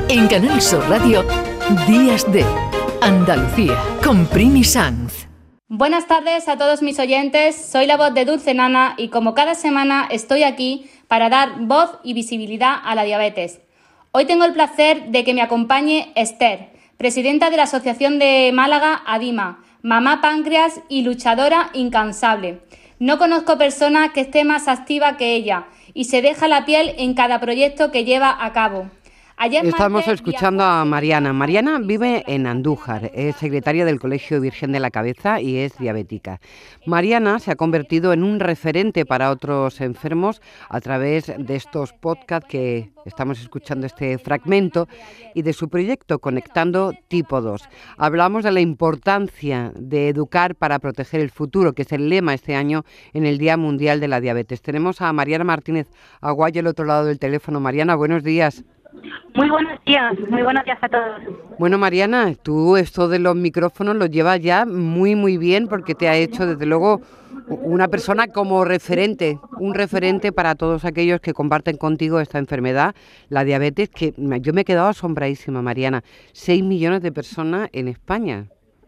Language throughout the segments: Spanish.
En Canal Sur Radio, Días de Andalucía, con Primi Sanz. Buenas tardes a todos mis oyentes, soy la voz de Dulce Nana y como cada semana estoy aquí para dar voz y visibilidad a la diabetes. Hoy tengo el placer de que me acompañe Esther, presidenta de la Asociación de Málaga ADIMA, mamá páncreas y luchadora incansable. No conozco persona que esté más activa que ella y se deja la piel en cada proyecto que lleva a cabo. Estamos escuchando a Mariana. Mariana vive en Andújar, es secretaria del Colegio Virgen de la Cabeza y es diabética. Mariana se ha convertido en un referente para otros enfermos a través de estos podcasts que estamos escuchando este fragmento y de su proyecto Conectando Tipo 2. Hablamos de la importancia de educar para proteger el futuro, que es el lema este año en el Día Mundial de la Diabetes. Tenemos a Mariana Martínez Aguayo al otro lado del teléfono. Mariana, buenos días. Muy buenos días a todos. Bueno, Mariana, tú esto de los micrófonos lo llevas ya muy bien porque te ha hecho desde luego una persona como referente, un referente para todos aquellos que comparten contigo esta enfermedad, la diabetes, que yo me he quedado asombradísima, Mariana. 6 millones de personas en España.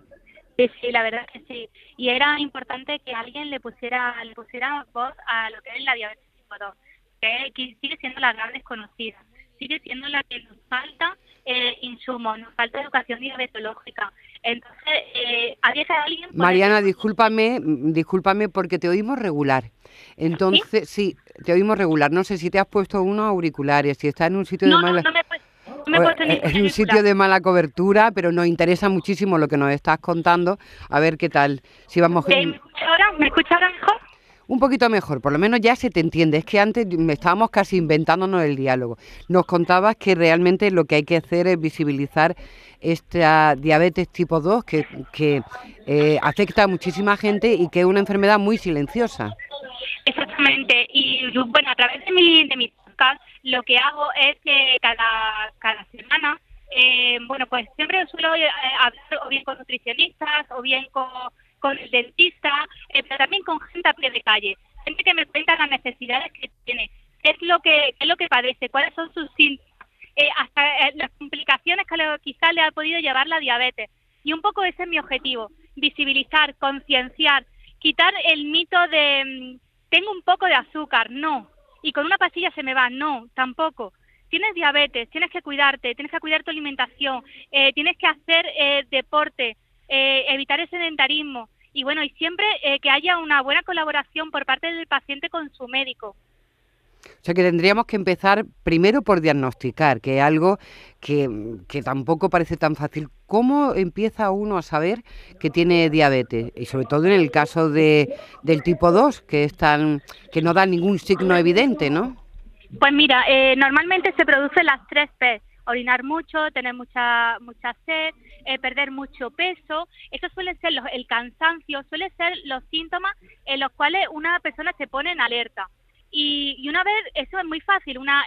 Sí, la verdad es que sí. Y era importante que alguien le pusiera voz a lo que es la diabetes tipo 2, que sigue siendo la gran desconocida. Sigue siendo la que nos falta insumos, nos falta educación diabetológica. Entonces, había que alguien... Mariana, discúlpame porque te oímos regular. Entonces, ¿Sí? Te oímos regular. No sé si te has puesto unos auriculares, si estás en un sitio No me he puesto en un sitio de mala cobertura, pero nos interesa muchísimo lo que nos estás contando. A ver qué tal. Si vamos... ¿Me escucha ahora mejor? Un poquito mejor, por lo menos ya se te entiende. Es que antes estábamos casi inventándonos el diálogo. Nos contabas que realmente lo que hay que hacer es visibilizar esta diabetes tipo 2 que afecta a muchísima gente y que es una enfermedad muy silenciosa. Exactamente. Y bueno, a través de mi podcast lo que hago es que cada semana, pues siempre suelo hablar o bien con nutricionistas o bien con el dentista, pero también con gente a pie de calle, gente que me cuenta las necesidades que tiene, qué es lo que padece, cuáles son sus síntomas, hasta las complicaciones que quizás le ha podido llevar la diabetes. Y un poco ese es mi objetivo, visibilizar, concienciar, quitar el mito de tengo un poco de azúcar, no, y con una pastilla se me va, no, tampoco. Tienes diabetes, tienes que cuidarte, tienes que cuidar tu alimentación, tienes que hacer deporte, evitar el sedentarismo y bueno, y siempre que haya una buena colaboración por parte del paciente con su médico. O sea que tendríamos que empezar primero por diagnosticar, que es algo que tampoco parece tan fácil. ¿Cómo empieza uno a saber que tiene diabetes? Y sobre todo en el caso del tipo 2, que no da ningún signo evidente, ¿no? Pues mira, normalmente se producen las 3 P. Orinar mucho, tener mucha sed, perder mucho peso. Eso suele ser el cansancio, suele ser los síntomas en los cuales una persona se pone en alerta. Y una vez, eso es muy fácil, una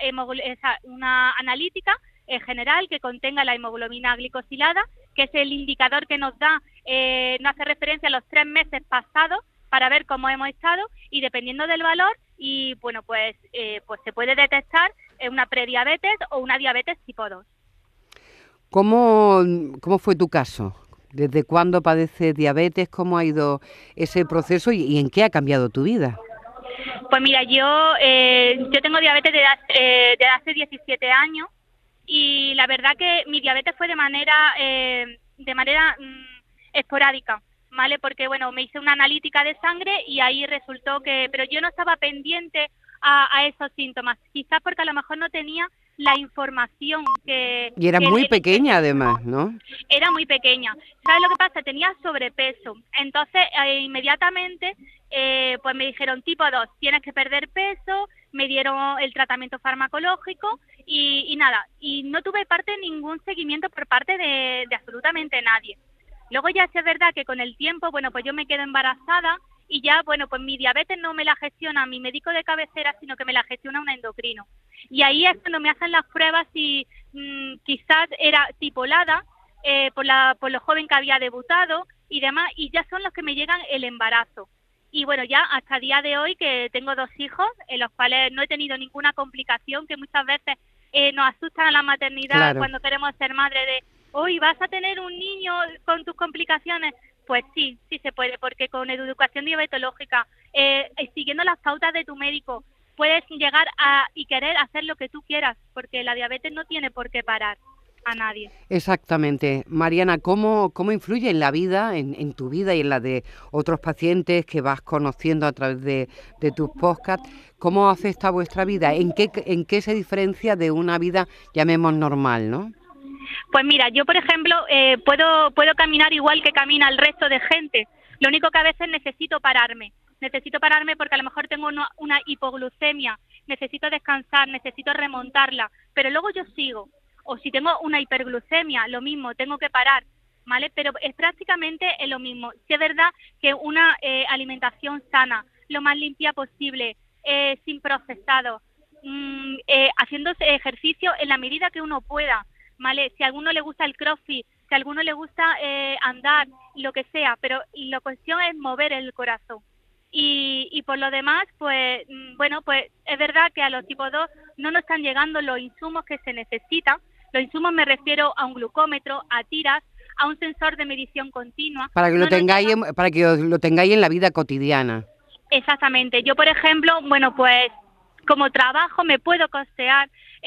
analítica general que contenga la hemoglobina glicosilada, que es el indicador que nos da, nos hace referencia a los 3 meses pasados para ver cómo hemos estado y dependiendo del valor, y bueno, pues se puede detectar una prediabetes o una diabetes tipo 2. ¿Cómo fue tu caso? ¿Desde cuándo padeces diabetes? ¿Cómo ha ido ese proceso y en qué ha cambiado tu vida? Pues mira, yo tengo diabetes desde hace 17 años y la verdad que mi diabetes fue de manera esporádica, ¿vale? Porque bueno, me hice una analítica de sangre y ahí resultó pero yo no estaba pendiente a esos síntomas, quizás porque a lo mejor no tenía la información que... Y era muy pequeña además, ¿no? Era muy pequeña. ¿Sabes lo que pasa? Tenía sobrepeso. Entonces, inmediatamente, pues me dijeron tipo 2, tienes que perder peso, me dieron el tratamiento farmacológico y nada. Y no tuve ningún seguimiento por parte de absolutamente nadie. Luego ya sí es verdad que con el tiempo, bueno, pues yo me quedo embarazada y ya, bueno, pues mi diabetes no me la gestiona mi médico de cabecera, sino que me la gestiona un endocrino. Y ahí es cuando me hacen las pruebas y quizás era tipolada por lo joven que había debutado y demás, y ya son los que me llegan el embarazo. Y bueno, ya hasta el día de hoy que tengo 2 hijos, en los cuales no he tenido ninguna complicación, que muchas veces nos asustan a la maternidad Claro. cuando queremos ser madre de, hoy vas a tener un niño con tus complicaciones. Pues sí, sí se puede, porque con educación diabetológica, siguiendo las pautas de tu médico, puedes llegar y querer hacer lo que tú quieras, porque la diabetes no tiene por qué parar a nadie. Exactamente. Mariana, ¿cómo influye en la vida, en tu vida y en la de otros pacientes que vas conociendo a través de tus podcasts? ¿Cómo afecta a vuestra vida? ¿En qué se diferencia de una vida, llamemos, normal, no? Pues mira, yo por ejemplo puedo caminar igual que camina el resto de gente. Lo único que a veces necesito pararme porque a lo mejor tengo una hipoglucemia, necesito descansar, necesito remontarla, pero luego yo sigo. O si tengo una hiperglucemia, lo mismo, tengo que parar, ¿vale? Pero es prácticamente lo mismo. Sí es verdad que una alimentación sana, lo más limpia posible, sin procesado, haciendo ejercicio en la medida que uno pueda, ¿vale? Si a alguno le gusta el crossfit, si a alguno le gusta andar, lo que sea, pero la cuestión es mover el corazón. Y por lo demás, pues bueno, pues es verdad que a los tipo 2 no nos están llegando los insumos que se necesitan. Los insumos me refiero a un glucómetro, a tiras, a un sensor de medición continua. Para que para que os lo tengáis en la vida cotidiana. Exactamente. Yo, por ejemplo, bueno, pues como trabajo me puedo costear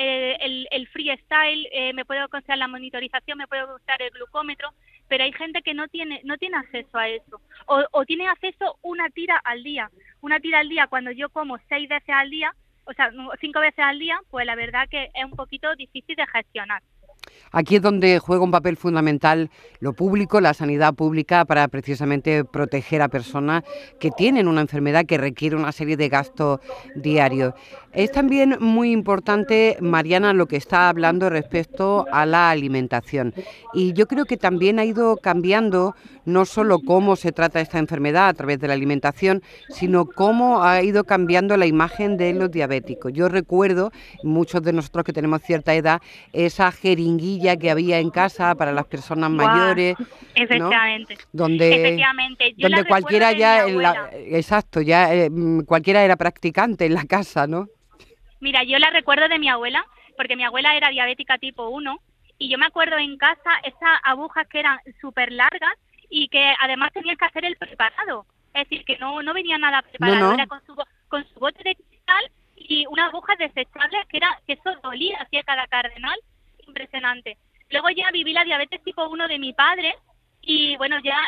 el freestyle, me puedo costear la monitorización, me puedo costear el glucómetro, pero hay gente que no tiene acceso a eso, o tiene acceso una tira al día cuando yo como 6 veces al día, o sea, 5 veces al día, pues la verdad que es un poquito difícil de gestionar. Aquí es donde juega un papel fundamental lo público, la sanidad pública, para precisamente proteger a personas que tienen una enfermedad que requiere una serie de gastos diarios. Es también muy importante, Mariana, lo que está hablando respecto a la alimentación. Y yo creo que también ha ido cambiando no solo cómo se trata esta enfermedad a través de la alimentación, sino cómo ha ido cambiando la imagen de los diabéticos. Yo recuerdo, muchos de nosotros que tenemos cierta edad, esa jeringuilla que había en casa para las personas mayores, efectivamente, ¿no? Donde cualquiera ya, exacto, ya cualquiera era practicante en la casa, ¿no? Mira, yo la recuerdo de mi abuela, porque mi abuela era diabética tipo 1, y yo me acuerdo en casa esas agujas que eran súper largas y que además tenías que hacer el preparado. Es decir, que no venía nada preparado, era con su bote de cristal y unas agujas desechables que eso dolía hacia cada cardenal, impresionante. Luego ya viví la diabetes tipo 1 de mi padre y bueno, ya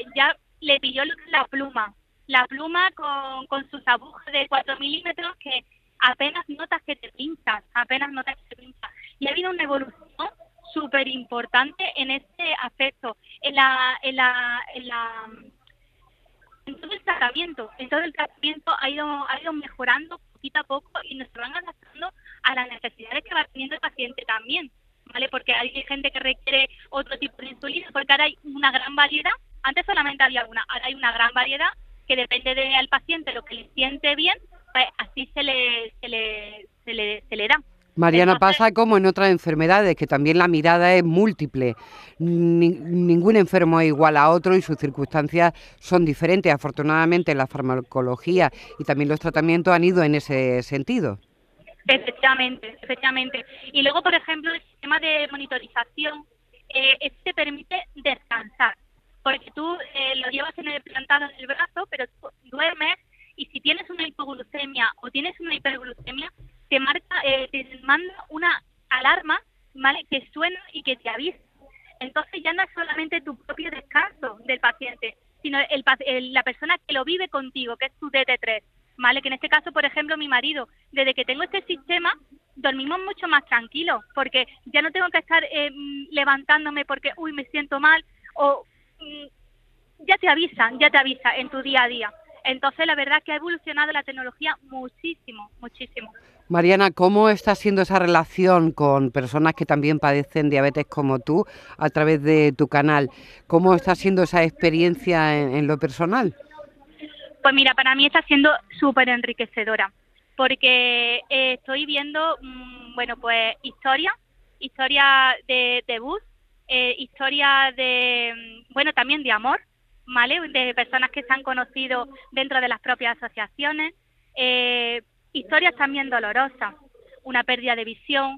le pilló la pluma con sus agujas de 4 milímetros que apenas notas que te pinchas. Y ha habido una evolución súper importante en este aspecto, en todo el tratamiento. Ha ido mejorando poquito a poco y nos van adaptando a las necesidades que va teniendo el paciente también, ¿vale? Porque hay gente que requiere otro tipo de insulina, porque ahora hay una gran variedad. Antes solamente había una, ahora hay una gran variedad que depende del paciente lo que le siente bien, pues así se le da. Mariana, pasa como en otras enfermedades, que también la mirada es múltiple. Ningún enfermo es igual a otro y sus circunstancias son diferentes. Afortunadamente, la farmacología y también los tratamientos han ido en ese sentido. Efectivamente. Y luego, por ejemplo, el sistema de monitorización te permite descansar, porque tú lo llevas plantado en el brazo, pero tú duermes y si tienes una hipoglucemia o tienes una hiperglucemia, te manda una alarma, ¿vale?, que suena y que te avisa. Entonces ya no es solamente tu propio descanso del paciente, sino la persona que lo vive contigo, que es tu DT3, ¿vale? Que en este caso, por ejemplo, mi marido, desde que tengo este sistema, dormimos mucho más tranquilos, porque ya no tengo que estar levantándome porque, me siento mal, o ya te avisa en tu día a día. Entonces, la verdad es que ha evolucionado la tecnología muchísimo. Mariana, ¿cómo está siendo esa relación con personas que también padecen diabetes como tú a través de tu canal? ¿Cómo está siendo esa experiencia en lo personal? Pues mira, para mí está siendo súper enriquecedora, porque estoy viendo, pues historia de bus, historia de, también de amor, ¿vale?, de personas que se han conocido dentro de las propias asociaciones, historias también dolorosas, una pérdida de visión,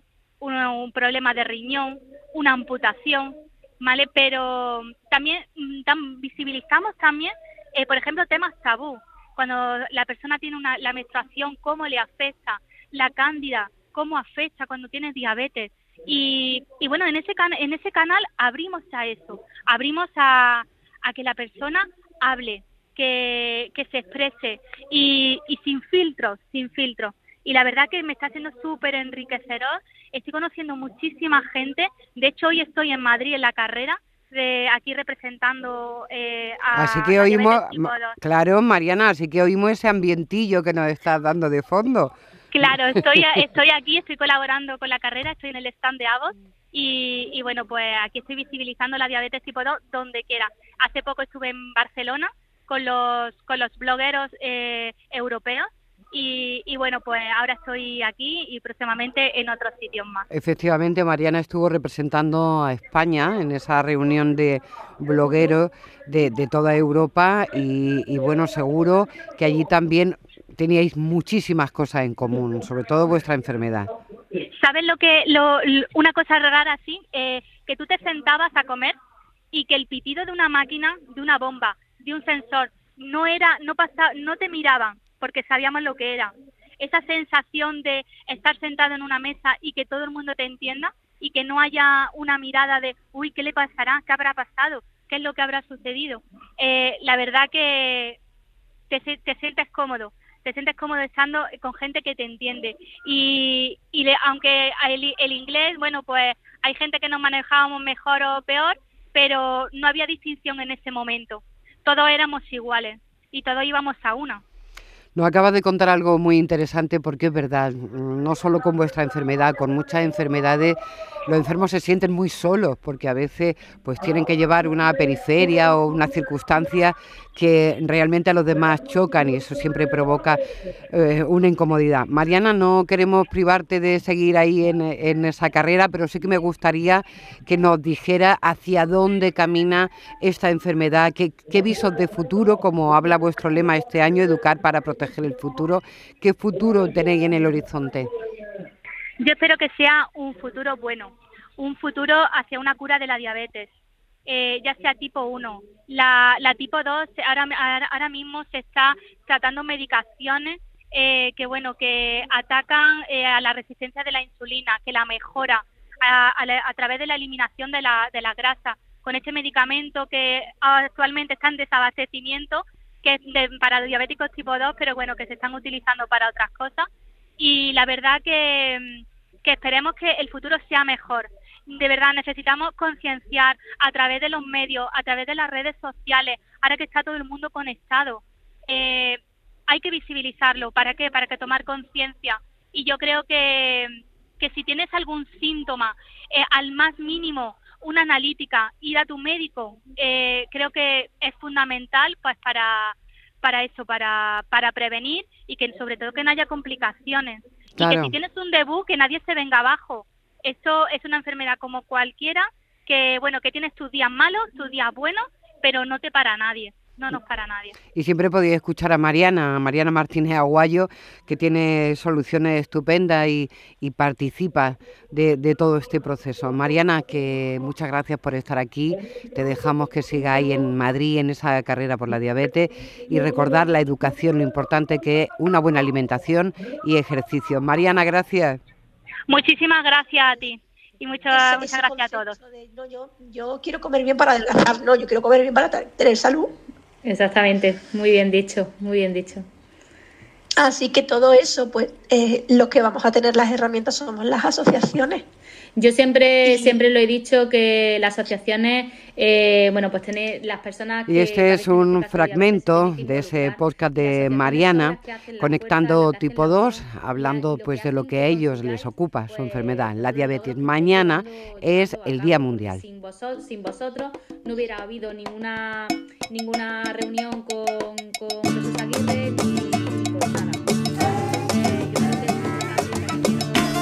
un problema de riñón, una amputación, ¿vale? Pero también visibilizamos también, por ejemplo, temas tabú. Cuando la persona tiene la menstruación, cómo le afecta, la cándida, cómo afecta cuando tienes diabetes. Y bueno, en ese canal abrimos a eso, abrimos a que la persona hable, que se exprese y sin filtros. Y la verdad que me está siendo súper enriquecedor. Estoy conociendo muchísima gente. De hecho, hoy estoy en Madrid en la carrera, aquí representando así que oímos, claro, Mariana, así que oímos ese ambientillo que nos estás dando de fondo. Claro, estoy aquí, estoy colaborando con la carrera, estoy en el stand de Avos y bueno, pues aquí estoy visibilizando la diabetes tipo 2 donde quiera. Hace poco estuve en Barcelona con los blogueros europeos y bueno, pues ahora estoy aquí y próximamente en otros sitios más. Efectivamente, Mariana estuvo representando a España en esa reunión de blogueros de toda Europa y bueno, seguro que allí también teníais muchísimas cosas en común, sobre todo vuestra enfermedad. ¿Sabes una cosa rara así? Que tú te sentabas a comer y que el pitido de una máquina, de una bomba, de un sensor, no te miraban porque sabíamos lo que era. Esa sensación de estar sentado en una mesa y que todo el mundo te entienda y que no haya una mirada de, uy, ¿qué le pasará? ¿Qué habrá pasado? ¿Qué es lo que habrá sucedido? La verdad que te sientes cómodo. Te sientes cómodo estando con gente que te entiende. Aunque el inglés, bueno, pues hay gente que nos manejábamos mejor o peor, pero no había distinción en ese momento. Todos éramos iguales y todos íbamos a una. Nos acabas de contar algo muy interesante porque es verdad, no solo con vuestra enfermedad, con muchas enfermedades los enfermos se sienten muy solos porque a veces pues tienen que llevar una periferia o una circunstancia que realmente a los demás chocan y eso siempre provoca una incomodidad. Mariana, no queremos privarte de seguir ahí en esa carrera, pero sí que me gustaría que nos dijera hacia dónde camina esta enfermedad, qué visos de futuro, como habla vuestro lema este año, educar para proteger el futuro. ¿Qué futuro tenéis en el horizonte? Yo espero que sea un futuro bueno, un futuro hacia una cura de la diabetes, ya sea tipo 1. La tipo 2, ahora mismo se está tratando medicaciones que atacan a la resistencia de la insulina, que la mejora a través de la eliminación de la grasa. Con este medicamento que actualmente está en desabastecimiento, que es para diabéticos tipo 2, pero bueno, que se están utilizando para otras cosas. Y la verdad que esperemos que el futuro sea mejor. De verdad, necesitamos concienciar a través de los medios, a través de las redes sociales, ahora que está todo el mundo conectado. Hay que visibilizarlo. ¿Para qué? Para que tomar conciencia. Y yo creo que si tienes algún síntoma, al más mínimo, una analítica, ir a tu médico, creo que es fundamental pues para eso, para prevenir y que sobre todo que no haya complicaciones. Claro. Y que si tienes un debut, que nadie se venga abajo. Esto es una enfermedad como cualquiera, que bueno, que tienes tus días malos, tus días buenos, pero no te para nadie. No nos para nadie. Y siempre podéis escuchar a Mariana Martínez Aguayo, que tiene soluciones estupendas y participa de todo este proceso. Mariana, que muchas gracias por estar aquí. Te dejamos que sigas ahí en Madrid en esa carrera por la diabetes y recordar la educación, lo importante que es una buena alimentación y ejercicio. Mariana, gracias. Muchísimas gracias a ti. Y muchas gracias a todos. Yo quiero comer bien para adelgazar, yo quiero comer bien para tener salud. Exactamente, muy bien dicho, muy bien dicho. Así que todo eso, pues, lo que vamos a tener las herramientas somos las asociaciones. Yo siempre lo he dicho que las asociaciones, pues tener las personas que... Y este es un fragmento de ese podcast de Mariana, Conectando Tipo 2, hablando pues de lo que a ellos les ocupa, su enfermedad, la diabetes. Mañana es el Día Mundial. Sin vosotros no hubiera habido ninguna reunión con Jesús Aguirre ni por nada.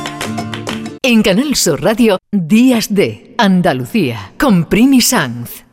En Canal Sur Radio, Días de Andalucía, con Primi Sanz.